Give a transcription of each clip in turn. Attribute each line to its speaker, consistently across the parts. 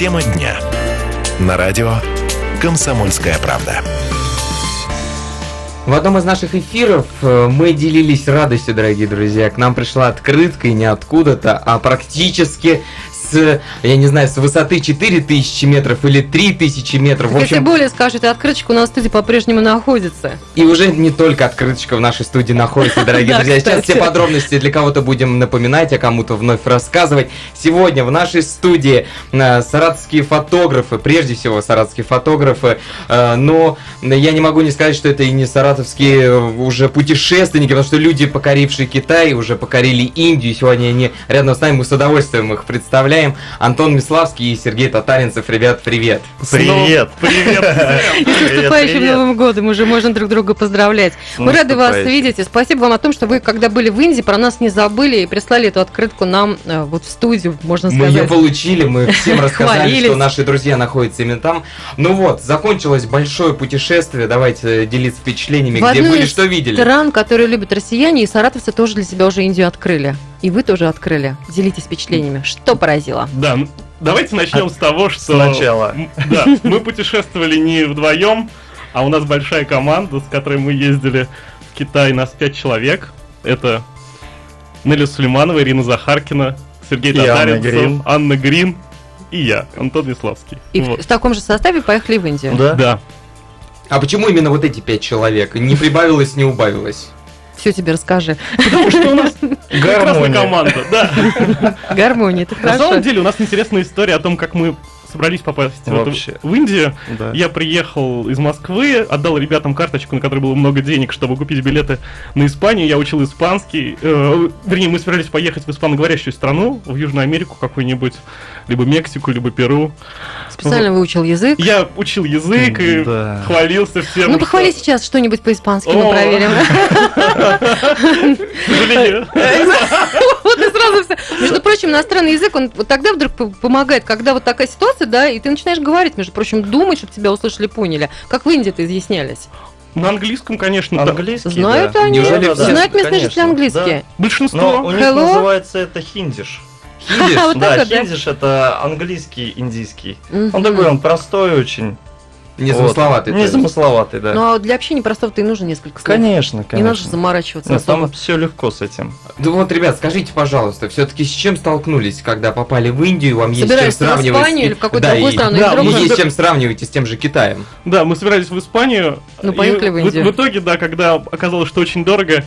Speaker 1: Тема дня. На радио «Комсомольская правда».
Speaker 2: В одном из наших эфиров мы делились радостью, дорогие друзья. К нам пришла открытка, и не откуда-то, а практически я не знаю, с высоты 4000 метров или 3000 метров.
Speaker 3: В общем, если более скажут, открыточка у нас в студии по-прежнему находится.
Speaker 2: И уже не только открыточка в нашей студии находится, дорогие друзья. Сейчас все подробности для кого-то будем напоминать, а кому-то вновь рассказывать. Сегодня в нашей студии саратовские фотографы, прежде всего саратовские фотографы, но я не могу не сказать, что это и не саратовские уже путешественники, потому что люди, покорившие Китай, уже покорили Индию. Сегодня они рядом с нами, мы с удовольствием их представляем. Антон Миславский и Сергей Татаринцев. Ребят, привет!
Speaker 4: Привет! Привет!
Speaker 3: И с наступающим Новым годом уже можно друг друга поздравлять. Мы рады вас видеть. И спасибо вам о том, что вы, когда были в Индии, про нас не забыли и прислали эту открытку нам вот в студию, можно сказать.
Speaker 2: Мы ее получили, мы всем рассказали, что наши друзья находятся именно там. Ну вот, закончилось большое путешествие. Давайте делиться впечатлениями, где были, что видели.
Speaker 3: Стран, которые любят россияне, и саратовцы тоже для себя уже Индию открыли. И вы тоже открыли. Делитесь впечатлениями. Что поразило?
Speaker 4: Да, давайте начнем с того, что...
Speaker 5: Сначала.
Speaker 4: Да, мы путешествовали не вдвоем, а у нас большая команда, с которой мы ездили в Китай, нас 5 человек. Это Неля Сулейманова, Ирина Захаркина, Сергей Татаринцев, Анна Грин и я, Антон Миславский.
Speaker 3: И в таком же составе поехали в Индию?
Speaker 4: Да.
Speaker 2: А почему именно вот эти 5 человек? Не прибавилось, не убавилось?
Speaker 3: Все тебе расскажи.
Speaker 4: Потому что у нас прекрасная команда. Да.
Speaker 3: Гармония, это хорошо.
Speaker 4: На самом деле у нас интересная история о том, как мы собрались попасть в Индию. Да. Я приехал из Москвы, отдал ребятам карточку, на которой было много денег, чтобы купить билеты на Испанию. Я учил испанский. Вернее, мы собирались поехать в испаноговорящую страну, в Южную Америку какую-нибудь, либо Мексику, либо Перу.
Speaker 3: Специально выучил язык.
Speaker 4: Я учил язык и хвалился всем.
Speaker 3: Ну, похвали сейчас что-нибудь по-испански, мы проверим.
Speaker 4: К сожалению.
Speaker 3: Вот и сразу все. Между прочим, иностранный язык, он вот тогда вдруг помогает, когда вот такая ситуация, да, и ты начинаешь говорить, между прочим, думать, чтобы тебя услышали, поняли. Как в Индии-то изъяснялись?
Speaker 4: На английском, конечно.
Speaker 5: Английский,
Speaker 3: знают они? Знают местные жители английский?
Speaker 4: Большинство.
Speaker 5: Но у них называется это хиндиш.
Speaker 2: Хиндиш?
Speaker 5: Да, хиндиш это английский, индийский. Он такой, он простой очень.
Speaker 2: Незамысловатый.
Speaker 5: Незамысловатый, да.
Speaker 3: Ну, а для общения простого-то и нужно несколько слов.
Speaker 5: Конечно.
Speaker 3: Не надо заморачиваться особо.
Speaker 5: Там все легко с этим.
Speaker 2: Да вот, ребят, скажите, пожалуйста, все-таки с чем столкнулись, когда попали в Индию? Вам есть чем сравнивать?
Speaker 3: В Испанию или в какую-то другую страну?
Speaker 2: Да, есть чем сравнивать и с тем же Китаем.
Speaker 4: Да, мы собирались в Испанию.
Speaker 3: Ну, поехали в Индию.
Speaker 4: В итоге, да, когда оказалось, что очень дорого,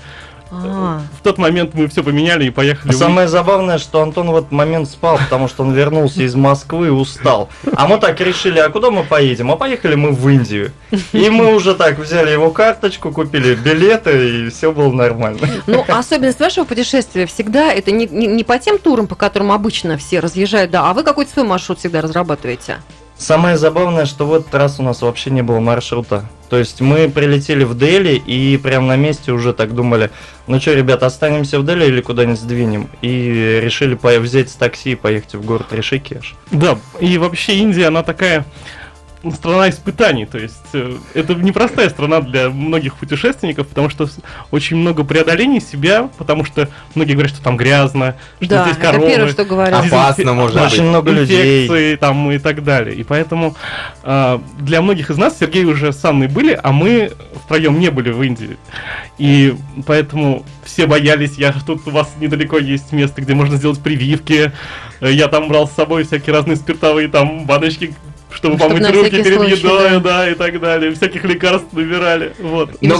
Speaker 4: в тот момент мы все поменяли и поехали.
Speaker 5: Самое забавное, что Антон в этот момент спал, потому что он вернулся из Москвы и устал. А мы так решили, а куда мы поедем? А поехали мы в Индию. И мы уже так взяли его карточку, купили билеты, и все было нормально.
Speaker 3: Ну, особенность вашего путешествия всегда это не по тем турам, по которым обычно все разъезжают, да, а вы какой-то свой маршрут всегда разрабатываете.
Speaker 5: Самое забавное, что в этот раз у нас вообще не было маршрута. То есть мы прилетели в Дели и прямо на месте уже так думали, ну что, ребята, останемся в Дели или куда-нибудь сдвинем? И решили взять такси и поехать в город Ришикеш.
Speaker 4: Да, и вообще Индия, она такая страна испытаний, то есть это непростая страна для многих путешественников, потому что очень много преодолений себя, потому что многие говорят, что там грязно, что
Speaker 3: да,
Speaker 4: здесь коровы,
Speaker 3: это первое, что говорят.
Speaker 2: Опасно, может быть.
Speaker 5: Очень много
Speaker 4: инфекции
Speaker 5: людей.
Speaker 4: Там и так далее. И поэтому для многих из нас, Сергей уже с Анной были, а мы втроем не были в Индии. И поэтому все боялись, тут у вас недалеко есть место, где можно сделать прививки. Я там брал с собой всякие разные спиртовые там баночки, чтобы помыть руки перед едой, да, и так далее. Всяких лекарств набирали. Вот.
Speaker 2: Но в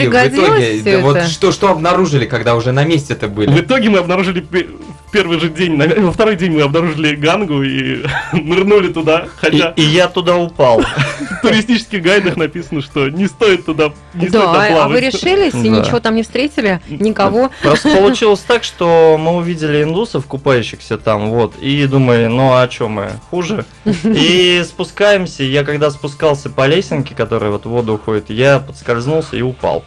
Speaker 2: итоге вот что обнаружили, когда уже на месте-то были?
Speaker 4: В итоге мы обнаружили первый же день, во второй день мы обнаружили Гангу и нырнули туда, хотя...
Speaker 5: И я туда упал.
Speaker 4: В туристических гайдах написано, что не стоит туда плавать.
Speaker 3: Да, а вы решились и ничего там не встретили? Никого?
Speaker 5: Просто получилось так, что мы увидели индусов, купающихся там, вот, и думали, ну а что мы, хуже? И спускаемся, я когда спускался по лесенке, которая вот в воду уходит, я подскользнулся и упал.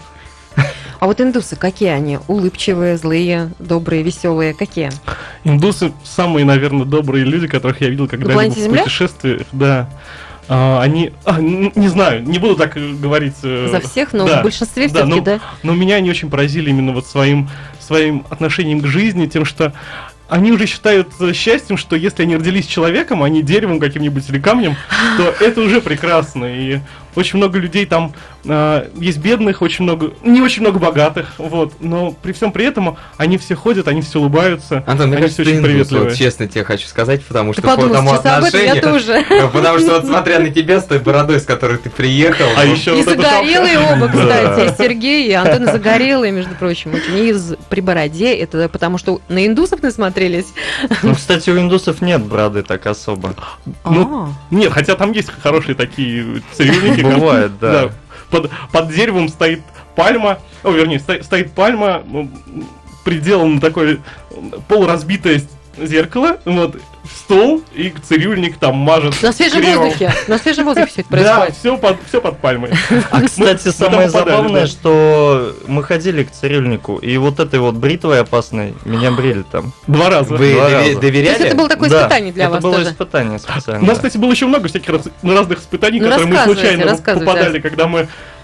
Speaker 3: А вот индусы, какие они? Улыбчивые, злые, добрые, веселые, какие?
Speaker 4: Индусы самые, наверное, добрые люди, которых я видел когда-либо в путешествиях. Да. Они, не знаю, не буду так говорить.
Speaker 3: За всех, но
Speaker 4: да,
Speaker 3: в большинстве все-таки, да?
Speaker 4: Но меня они очень поразили именно вот своим отношением к жизни, тем, что они уже считают счастьем, что если они родились человеком, а не деревом каким-нибудь или камнем, то это уже прекрасно. И очень много людей там есть бедных, не очень много богатых, вот. Но при всем при этом они все ходят, они все улыбаются.
Speaker 2: Антон,
Speaker 4: они все очень приветливые.
Speaker 2: Вот, честно тебе хочу сказать, потому что
Speaker 3: по тому отношению. Я тоже.
Speaker 2: Потому что вот смотря на тебя с той бородой, с которой ты приехал.
Speaker 4: А еще
Speaker 3: и загорелые оба, кстати, Сергей и Антон загорелые, между прочим, очень при бороде. Это потому что на индусов насмотрелись.
Speaker 5: Ну, кстати, у индусов нет бороды так особо.
Speaker 4: Нет, хотя там есть хорошие такие цирюльники.
Speaker 5: Бывает, да.
Speaker 4: Под деревом стоит пальма, стоит пальма, приделано такое полуразбитое зеркало, вот, стол, и цирюльник там мажет.
Speaker 3: На свежем воздухе все это происходит.
Speaker 4: Да, все под пальмой.
Speaker 5: А, кстати, самое забавное, что мы ходили к цирюльнику, и вот этой вот бритвой опасной меня брили там.
Speaker 4: 2 раза.
Speaker 2: Вы доверяли?
Speaker 3: То есть это было такое испытание для вас тоже?
Speaker 5: Это было испытание специально.
Speaker 4: У нас, кстати, было еще много всяких разных испытаний, которые мы случайно попадали, когда мы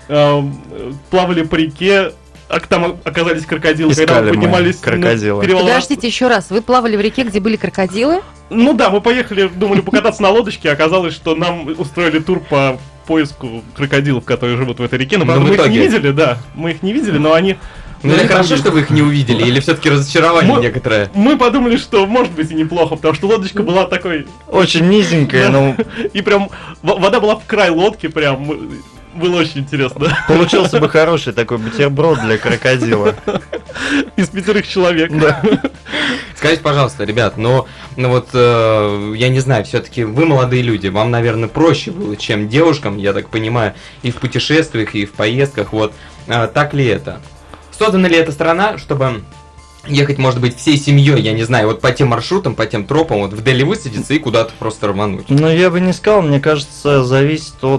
Speaker 4: плавали по реке, а там оказались крокодилы,
Speaker 5: Искали
Speaker 4: когда мы поднимались
Speaker 5: крокодилы.
Speaker 3: Подождите, еще раз, вы плавали в реке, где были крокодилы?
Speaker 4: Ну да, мы поехали, думали покататься на лодочке, а оказалось, что нам устроили тур по поиску крокодилов, которые живут в этой реке. Но, правда, мы их не видели, да. Мы их не видели, но они...
Speaker 2: Ну это хорошо, что вы их не увидели, или все-таки разочарование некоторое?
Speaker 4: Мы подумали, что может быть и неплохо, потому что лодочка была такой...
Speaker 5: Очень низенькая, но...
Speaker 4: И прям вода была в край лодки, прям... Было очень интересно.
Speaker 5: Получился бы хороший такой бутерброд для крокодила.
Speaker 4: Из 5 человек.
Speaker 5: Да.
Speaker 2: Скажите, пожалуйста, ребят, но вот я не знаю, все-таки вы молодые люди, вам, наверное, проще было, чем девушкам, я так понимаю, и в путешествиях, и в поездках. Вот так ли это? Создана ли эта страна, чтобы ехать, может быть, всей семьей, я не знаю, вот по тем маршрутам, по тем тропам, вот в Дели высадиться и куда-то просто рвануть?
Speaker 5: Ну, я бы не сказал, мне кажется, зависит от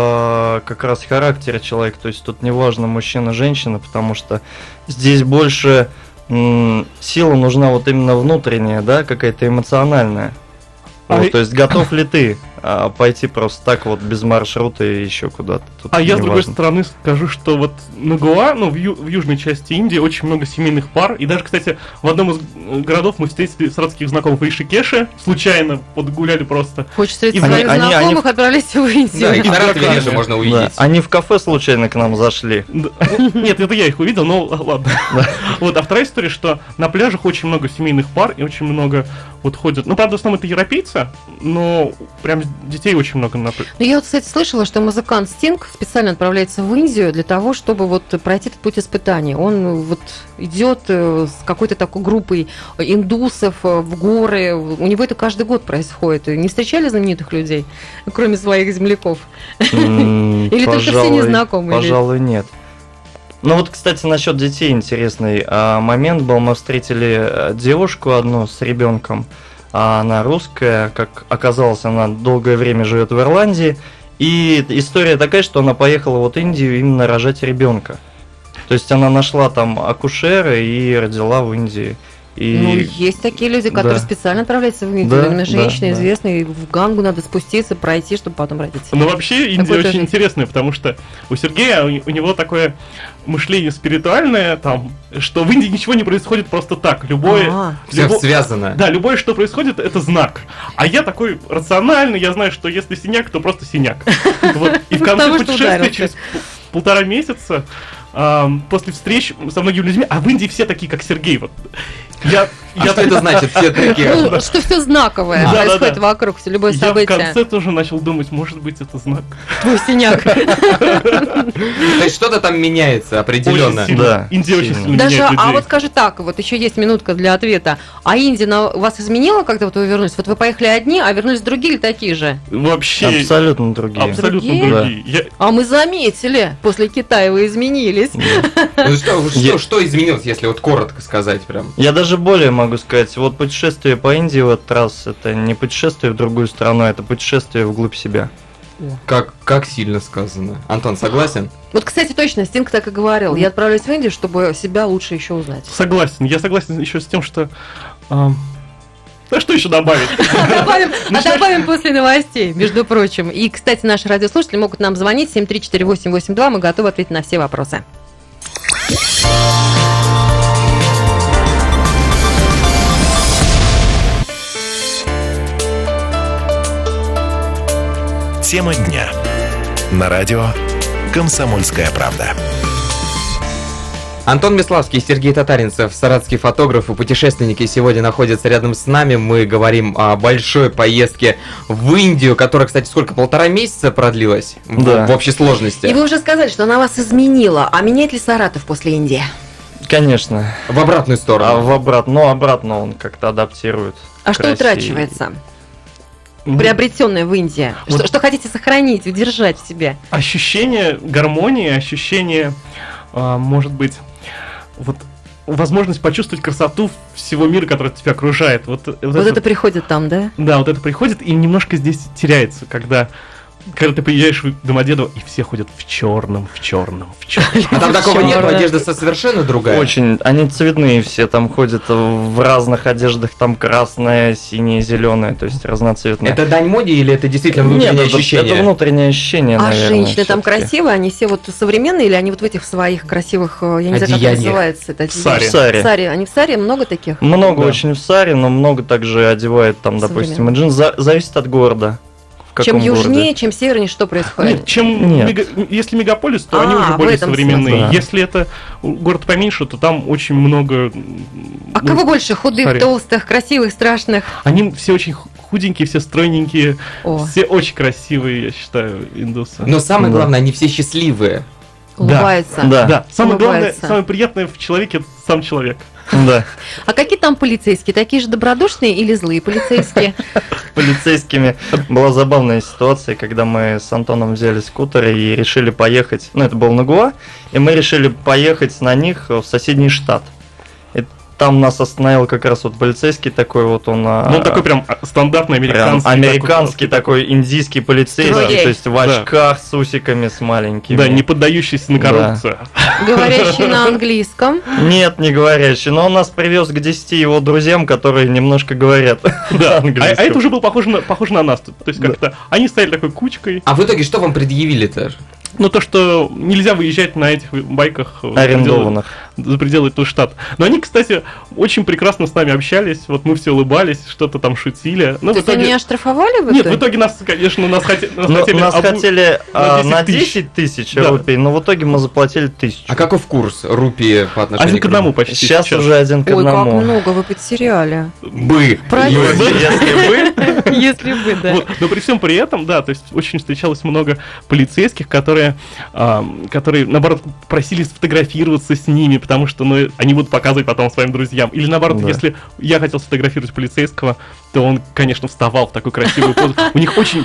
Speaker 5: как раз характера человека, то есть тут не важно мужчина-женщина, потому что здесь больше сила нужна вот именно внутренняя, да, какая-то эмоциональная. Вот, то есть готов ли ты пойти просто так вот без маршрута и еще куда-то?
Speaker 4: Я с другой стороны скажу, что вот на Гоа, ну в южной части Индии очень много семейных пар. И даже, кстати, в одном из городов мы встретили саратовских знакомых в Ришикеше. Случайно подгуляли просто.
Speaker 3: Хочешь встретить своих знакомых, отправились в Индию.
Speaker 2: Да, и в Саратове же можно увидеть.
Speaker 5: Да. Они в кафе случайно к нам зашли.
Speaker 4: Нет, это я их увидел, но ладно. Вот, а вторая история, что на пляжах очень много семейных пар и очень много вот ходят. Ну, правда, в основном это европейцы, но прям детей очень много на пляже.
Speaker 3: Ну, я вот, кстати, слышала, что музыкант Стинг специально отправляется в Индию для того, чтобы вот пройти этот путь испытаний. Он вот идет с какой-то такой группой индусов в горы. У него это каждый год происходит. Не встречали знаменитых людей, кроме своих земляков? Или только все незнакомые?
Speaker 5: Пожалуй, нет. Ну вот, кстати, насчет детей интересный момент был. Мы встретили девушку одну с ребенком. Она русская, как оказалось, она долгое время живет в Ирландии. И история такая, что она поехала вот в Индию именно рожать ребенка. То есть она нашла там акушера и родила в Индии. И...
Speaker 3: Ну, есть такие люди, которые специально отправляются в Индию. Именно женщины известные, в Гангу надо спуститься, пройти, чтобы потом родить.
Speaker 4: Ну, вообще, Индия очень интересная, потому что у Сергея, у него такое мышление спиритуальное, там, что в Индии ничего не происходит просто так.
Speaker 2: Все связано.
Speaker 4: Да, любое, что происходит, это знак. А я такой рациональный, я знаю, что если синяк, то просто синяк. И в конце путешествия, через 1,5 месяца, после встреч со многими людьми, а в Индии все такие, как Сергей. Вот.
Speaker 2: Что это значит, все такие?
Speaker 3: Ну, что все знаковое происходит вокруг, все любое событие.
Speaker 4: Я в конце тоже начал думать, может быть, это знак.
Speaker 3: Твой синяк.
Speaker 2: То есть что-то там меняется определенно.
Speaker 5: Да.
Speaker 4: Индия очень сильно меняет людей.
Speaker 3: А вот скажи так, вот еще есть минутка для ответа. А Индия вас изменила, когда вот вы вернулись? Вот вы поехали одни, а вернулись другие или такие же?
Speaker 4: Вообще.
Speaker 5: Абсолютно другие.
Speaker 4: Абсолютно другие.
Speaker 3: А мы заметили, после Китая вы изменились.
Speaker 2: Ну что изменилось, если вот коротко сказать прям?
Speaker 5: Я даже более могу сказать, вот путешествие по Индии в этот раз, это не путешествие в другую страну, это путешествие вглубь себя.
Speaker 2: Как сильно сказано. Антон, согласен?
Speaker 3: Вот, кстати, точно, Стинг так и говорил. Я отправляюсь в Индию, чтобы себя лучше еще узнать.
Speaker 4: Согласен. Я согласен еще с тем, что... Да что еще добавить?
Speaker 3: Добавим после новостей, между прочим. И, кстати, наши радиослушатели могут нам звонить 7348882. Мы готовы ответить на все вопросы.
Speaker 1: Тема дня. На радио «Комсомольская правда».
Speaker 2: Антон Беславский и Сергей Татаринцев, саратовские фотографы, путешественники, сегодня находятся рядом с нами. Мы говорим о большой поездке в Индию, которая, кстати, сколько, 1,5 месяца продлилась в общей сложности.
Speaker 3: И вы уже сказали, что она вас изменила. А меняет ли Саратов после Индии?
Speaker 5: Конечно.
Speaker 2: В обратную сторону.
Speaker 5: Обратно он как-то адаптирует.
Speaker 3: А что утрачивается? Приобретенное в Индии. Что хотите сохранить, удержать в себе?
Speaker 4: Ощущение гармонии, ощущение, может быть, возможность почувствовать красоту всего мира, который тебя окружает. Вот это приходит там, да? Да, вот это приходит и немножко здесь теряется, когда ты приезжаешь в Домодедово, и все ходят в черном.
Speaker 2: А там такого нет, одежда совершенно другая.
Speaker 5: Очень, они цветные все, там ходят в разных одеждах, там красная, синяя, зеленая, то есть разноцветная.
Speaker 2: Это дань моде или это действительно внутреннее ощущение?
Speaker 5: Это внутреннее ощущение, наверное.
Speaker 3: А женщины там красивые, они все вот современные или они вот в этих своих красивых, я не знаю, как это называется?
Speaker 5: В саре.
Speaker 3: Они в саре, много таких?
Speaker 5: Много очень в саре, но много также одевают там, допустим, джинс. Зависит от города.
Speaker 3: Чем южнее, чем севернее, что происходит?
Speaker 4: Если мегаполис, то они уже более современные. Да. Если это город поменьше, то там очень много...
Speaker 3: А кого больше? Худых, толстых, красивых, страшных?
Speaker 4: Они все очень худенькие, все стройненькие, все очень красивые, я считаю, индусы.
Speaker 2: Но самое главное, они все счастливые.
Speaker 3: Улыбаются.
Speaker 4: Да. Самое главное, самое приятное в человеке сам человек.
Speaker 5: Да.
Speaker 3: А какие там полицейские? Такие же добродушные или злые полицейские?
Speaker 5: Полицейскими была забавная ситуация, когда мы с Антоном взяли скутеры и решили поехать, это был на Гоа, и мы решили поехать на них в соседний штат. И там нас остановил как раз полицейский такой он...
Speaker 4: такой прям стандартный американский.
Speaker 5: Американский такой индийский полицейский, то есть в очках с усиками, с маленькими.
Speaker 4: Да, не поддающийся на коррупцию.
Speaker 3: Говорящий на английском?
Speaker 5: Нет, не говорящий, но он нас привез к 10 его друзьям, которые немножко говорят английском.
Speaker 4: А это уже было похоже на нас. То есть как-то они стояли такой кучкой.
Speaker 2: А в итоге что вам предъявили-то?
Speaker 4: То, что нельзя выезжать на этих байках
Speaker 5: арендованных
Speaker 4: за пределы этого штата. Но они, кстати, очень прекрасно с нами общались. Мы все улыбались, что-то там шутили.
Speaker 3: То есть они оштрафовали в итоге?
Speaker 4: Нет, в итоге нас
Speaker 5: хотели на 10 тысяч рупий, но в итоге мы заплатили 1000.
Speaker 2: А какой курс рупии по отношению
Speaker 4: к 1 почти?
Speaker 5: Сейчас уже 1 к 1.
Speaker 3: Ой, как много вы потеряли.
Speaker 5: Если бы,
Speaker 3: да.
Speaker 4: Но при всем при этом, то есть очень встречалось много полицейских, которые, наоборот, просили сфотографироваться с ними, потому что они будут показывать потом своим друзьям. Или наоборот, если я хотел сфотографировать полицейского, то он, конечно, вставал в такую красивую позу. У них очень...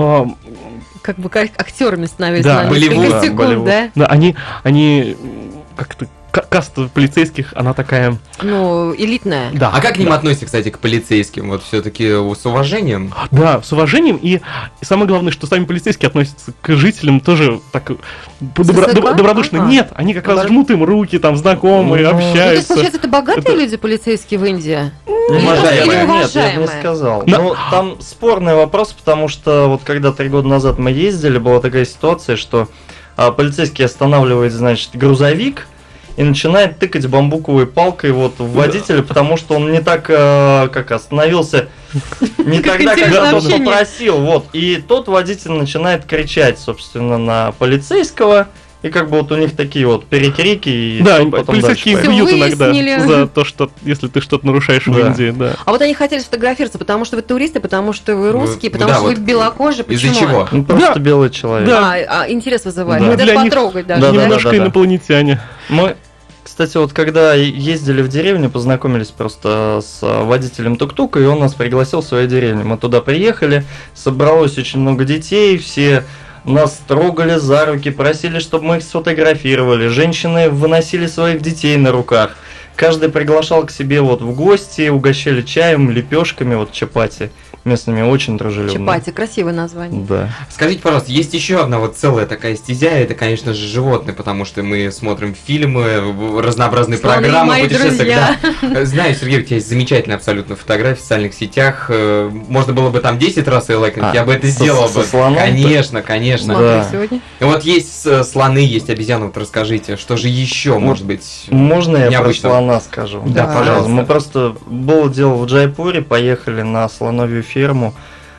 Speaker 3: Как бы актерами становились
Speaker 2: на несколько
Speaker 3: секунд, да?
Speaker 4: Да, они как-то... Каста полицейских, она такая...
Speaker 3: элитная.
Speaker 2: Да. А как к ним относятся, кстати, к полицейским? Все-таки с уважением?
Speaker 4: Да, с уважением. И самое главное, что сами полицейские относятся к жителям тоже так добродушно. Нет, они как раз жмут им руки, там, знакомые, общаются.
Speaker 3: То есть, получается, это богатые люди полицейские в Индии?
Speaker 5: Нет, я бы не сказал. Там спорный вопрос, потому что когда 3 года назад мы ездили, была такая ситуация, что полицейский останавливает, грузовик, и начинает тыкать бамбуковой палкой в водителя, потому что он не так, остановился, не тогда, когда тот попросил. И тот водитель начинает кричать, собственно, на полицейского, и у них такие перекрики.
Speaker 4: Да, полицейские бьют иногда за то, что если ты что-то нарушаешь в Индии. Да.
Speaker 3: А они хотели сфотографироваться, потому что вы туристы, потому что вы русские, потому что вы белокожие.
Speaker 2: Из-за чего?
Speaker 5: Просто белый человек.
Speaker 3: Интерес вызывает. Хотят потрогать даже.
Speaker 4: Немножко инопланетяне.
Speaker 5: Мы, кстати, когда ездили в деревню, познакомились просто с водителем тук-тука, и он нас пригласил в свою деревню. Мы туда приехали, собралось очень много детей, все нас трогали за руки, просили, чтобы мы их сфотографировали. Женщины выносили своих детей на руках. Каждый приглашал к себе в гости, угощали чаем, лепешками, чапати. Местными очень дружелюбно.
Speaker 3: Чапати, красивое название.
Speaker 5: Да.
Speaker 2: Скажите, пожалуйста, есть еще одна целая такая стезя, это, конечно же, животные, потому что мы смотрим фильмы, разнообразные программы, путешествия. Да. Знаю, Сергей, у тебя есть замечательная абсолютно фотография в социальных сетях. Можно было бы там 10 раз ее лайкнуть, я бы это сделал бы. Конечно, конечно.
Speaker 3: Да. Сегодня.
Speaker 2: Есть слоны, есть обезьяны. Расскажите, что же еще может быть?
Speaker 5: Можно я про слона скажу?
Speaker 2: Да, пожалуйста.
Speaker 5: Мы просто было дело в Джайпуре, поехали на слоновью ферму.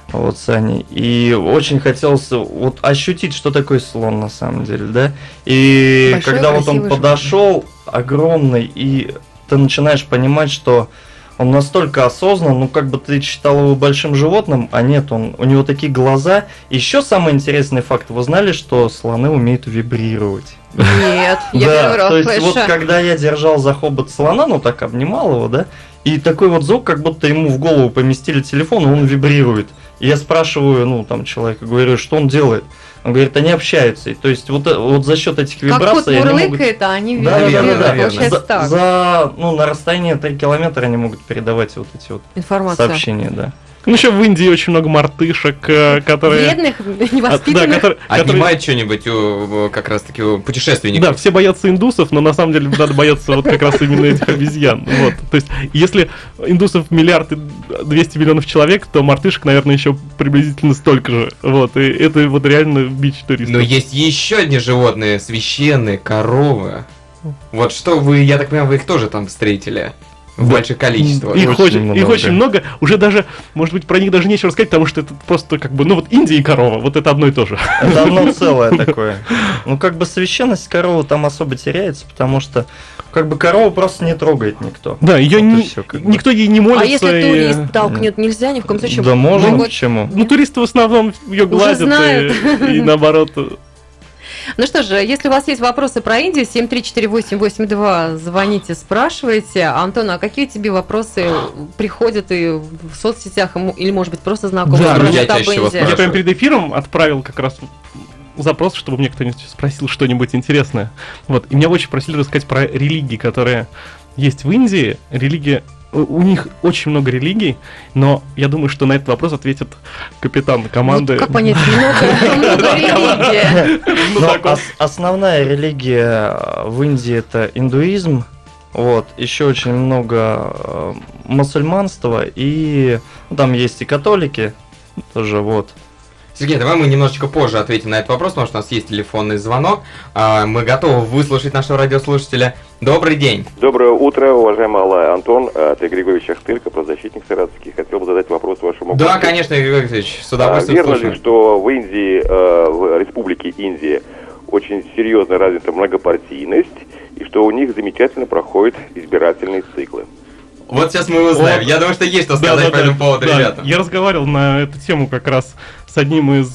Speaker 5: вот с Аней. И очень хотелось вот ощутить, что такое слон на самом деле, да. И
Speaker 3: Большой,
Speaker 5: когда вот он
Speaker 3: красивый
Speaker 5: подошел, огромный, и ты начинаешь понимать, что он настолько осознан, ну как бы ты считал его большим животным, а нет, у него такие глаза. Еще самый интересный факт, вы знали, что слоны умеют вибрировать?
Speaker 3: Нет, я
Speaker 5: Да,
Speaker 3: первый раз
Speaker 5: то есть вот
Speaker 3: слышу.
Speaker 5: когда я держал за хобот слона, ну так обнимал его, да, и такой вот звук, как будто ему в голову поместили телефон, и он вибрирует. И я спрашиваю, ну там человека, говорю, что он делает? Он говорит, они общаются. И, то есть вот за счет этих
Speaker 3: Как кот
Speaker 5: вибраций они могут...
Speaker 3: мурлыкает, а они
Speaker 5: Да,
Speaker 3: вибрируют.
Speaker 2: наверное.
Speaker 3: Получается так.
Speaker 5: На расстоянии 3 километра они могут передавать вот эти вот
Speaker 3: Информация.
Speaker 5: сообщения, да.
Speaker 4: Ну, еще в Индии очень много мартышек, которые...
Speaker 3: Вредных,
Speaker 4: Да,
Speaker 3: невоспитанных.
Speaker 4: которые...
Speaker 2: Отнимает что-нибудь как раз-таки у путешественников.
Speaker 4: Да, все боятся индусов, но на самом деле надо бояться вот как раз именно этих обезьян. Вот. То есть, если индусов 1 200 000 000 человек, то мартышек, наверное, еще приблизительно столько же. Вот. И это вот реально бич туристов.
Speaker 2: Но есть еще одни животные, священные, коровы. Вот что вы, я так понимаю, вы их тоже там встретили? В больших количествах.
Speaker 4: Их
Speaker 5: Очень
Speaker 4: очень много. Уже даже, может быть, про них даже нечего рассказать, потому что это просто как бы, ну вот Индия и корова, вот это одно и то же.
Speaker 5: Это одно целое такое. Ну, как бы священность коровы там особо теряется, потому что, как бы, корову просто не трогает никто.
Speaker 4: Да, ее
Speaker 5: Вот и всё, как бы.
Speaker 4: никто ей не молится.
Speaker 3: А если
Speaker 4: и-
Speaker 3: турист толкнет, нельзя ни в коем случае.
Speaker 5: Да можно,
Speaker 3: Могут-
Speaker 5: почему?
Speaker 4: Ну, туристы в основном ее гладят
Speaker 3: знают.
Speaker 4: и наоборот.
Speaker 3: Ну что же, если у вас есть вопросы про Индию, 7348882, звоните, спрашивайте. Антон, а какие тебе вопросы приходят и в соцсетях, или, может быть, просто знакомые
Speaker 4: Да,
Speaker 3: спрашивают
Speaker 2: я
Speaker 3: об
Speaker 2: чаще всего
Speaker 3: Индии?
Speaker 2: спрашиваю.
Speaker 4: Я прям перед эфиром отправил как раз запрос, чтобы мне кто-нибудь спросил что-нибудь интересное. Вот. И меня очень просили рассказать про религии, которые есть в Индии. Религия... У них очень много религий, но я думаю, что на этот вопрос ответит капитан команды.
Speaker 3: Ну, как понять, много религия.
Speaker 4: Ну,
Speaker 5: Но
Speaker 4: такой.
Speaker 5: основная религия в Индии это индуизм, вот, еще очень много мусульманства, и ну, там есть и католики тоже, вот.
Speaker 2: Сергей, давай мы немножечко позже ответим на этот вопрос, потому что у нас есть телефонный звонок. Мы готовы выслушать нашего радиослушателя. Добрый день.
Speaker 6: Доброе утро, уважаемый Алла, Антон, ты Григорьевич Ахтырка, правозащитник саратовский. Хотел бы задать вопрос вашему гостю.
Speaker 2: Да, конечно, Игорь Алексеевич, с удовольствием
Speaker 6: Верно
Speaker 2: слушаем.
Speaker 6: ли, что в Индии, в Республике Индия очень серьезно развита многопартийность, и что у них замечательно проходят избирательные циклы?
Speaker 2: Вот сейчас мы узнаем.
Speaker 4: Вот.
Speaker 2: Я думаю, что есть что сказать по этому поводу,
Speaker 4: да.
Speaker 2: ребята.
Speaker 4: Я разговаривал на эту тему как раз с одним из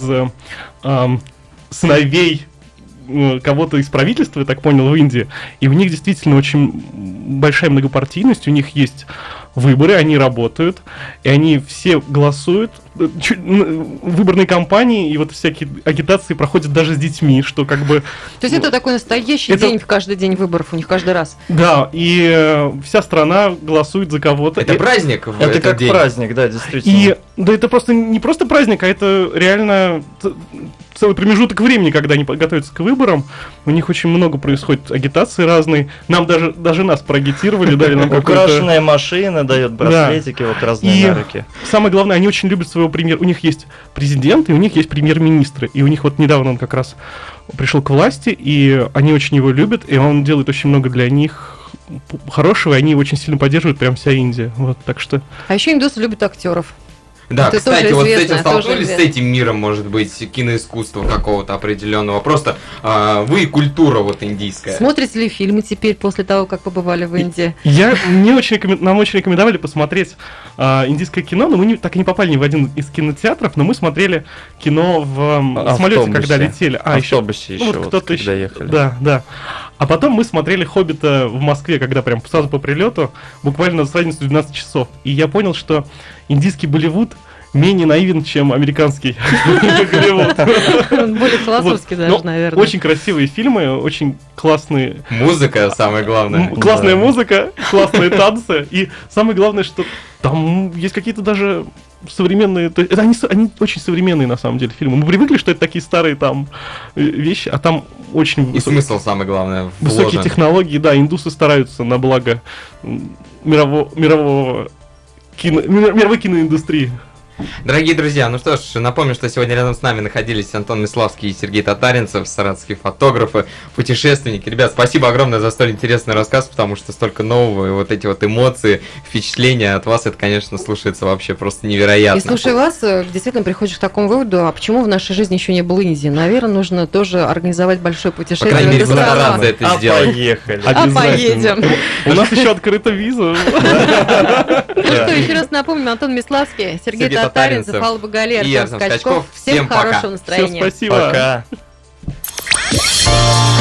Speaker 4: сыновей кого-то из правительства, я так понял, в Индии. И у них действительно очень большая многопартийность, у них есть выборы, они работают, и они все голосуют. Выборные кампании и вот всякие агитации проходят даже с детьми, что как бы...
Speaker 3: То есть это такой настоящий
Speaker 4: Это-
Speaker 3: день, в каждый день выборов у них каждый раз.
Speaker 4: Да, и вся страна голосует за кого-то.
Speaker 2: Это
Speaker 4: И-
Speaker 2: праздник в
Speaker 5: Это
Speaker 2: этот
Speaker 5: как
Speaker 2: день.
Speaker 5: праздник, да, действительно.
Speaker 4: И да, это просто не просто праздник, а это реально целый промежуток времени, когда они готовятся к выборам. У них очень много происходит агитации разной. Нам даже нас проагитировали, дали нам какой-то...
Speaker 5: Украшенные машины дают, браслетики вот разные
Speaker 4: И
Speaker 5: на руки.
Speaker 4: самое главное, они очень любят своего премьера. У них есть президент, и у них есть премьер-министры. И у них вот недавно он как раз пришел к власти, и они очень его любят, и он делает очень много для них хорошего, и они его очень сильно поддерживают, прям вся Индия. Вот, так что...
Speaker 3: А еще индусы любят актеров.
Speaker 2: Да,
Speaker 3: Это
Speaker 2: кстати,
Speaker 3: тоже
Speaker 2: вот с
Speaker 3: известно,
Speaker 2: этим
Speaker 3: тоже
Speaker 2: столкнулись, с
Speaker 3: известно.
Speaker 2: этим миром, может быть, киноискусства какого-то определенного. Просто вы и культура вот индийская.
Speaker 3: Смотрите ли фильмы теперь после того, как побывали в Индии?
Speaker 4: Нам очень рекомендовали посмотреть индийское кино, но мы так и не попали ни в один из кинотеатров, но мы смотрели кино в самолете,
Speaker 5: Автобусе.
Speaker 4: когда летели.
Speaker 5: В автобусе еще,
Speaker 4: вот
Speaker 5: вот,
Speaker 4: кто-то
Speaker 5: когда
Speaker 4: еще.
Speaker 5: ехали.
Speaker 4: Да, да. А потом мы смотрели «Хоббита» в Москве, когда прям сразу по прилету, буквально с разницей 12 часов. И я понял, что индийский Болливуд менее наивен, чем американский Голливуд.
Speaker 3: Более философски
Speaker 4: Вот.
Speaker 3: даже,
Speaker 4: Но
Speaker 3: наверное.
Speaker 4: Очень красивые фильмы, очень классные.
Speaker 2: Музыка самое главное.
Speaker 4: Классная
Speaker 5: Да.
Speaker 4: музыка, классные танцы. И самое главное, что там есть какие-то даже современные... То есть это они очень современные, на самом деле, фильмы. Мы привыкли, что это такие старые там вещи, а там очень
Speaker 2: И смысл, самое главное,
Speaker 4: высокие
Speaker 2: вложен.
Speaker 4: технологии. Да, индусы стараются на благо мировой киноиндустрии.
Speaker 2: Дорогие друзья, ну что ж, напомню, что сегодня рядом с нами находились Антон Миславский и Сергей Татаринцев, саратовские фотографы, путешественники. Ребят, спасибо огромное за столь интересный рассказ, потому что столько нового, и вот эти вот эмоции, впечатления от вас, это, конечно, слушается вообще просто невероятно.
Speaker 3: И слушай вас, действительно приходишь к такому выводу, а почему в нашей жизни еще не было Индии? Наверное, нужно тоже организовать большое
Speaker 2: По
Speaker 3: путешествие.
Speaker 2: крайней мере,
Speaker 3: в
Speaker 2: буду
Speaker 3: страну.
Speaker 2: рад за это сделать.
Speaker 5: Поехали.
Speaker 3: А поедем.
Speaker 4: У нас еще открыта виза.
Speaker 3: Ну что, еще раз напомним, Антон Миславский, Сергей
Speaker 2: Сергей
Speaker 3: Татаринцев,
Speaker 2: Татаринцев
Speaker 3: Алла Багалер,
Speaker 2: и
Speaker 3: Артем
Speaker 2: Артем
Speaker 3: Скачков.
Speaker 2: Скачков. Всем
Speaker 3: Всем
Speaker 2: пока.
Speaker 3: хорошего настроения.
Speaker 4: Всем спасибо.
Speaker 5: Пока.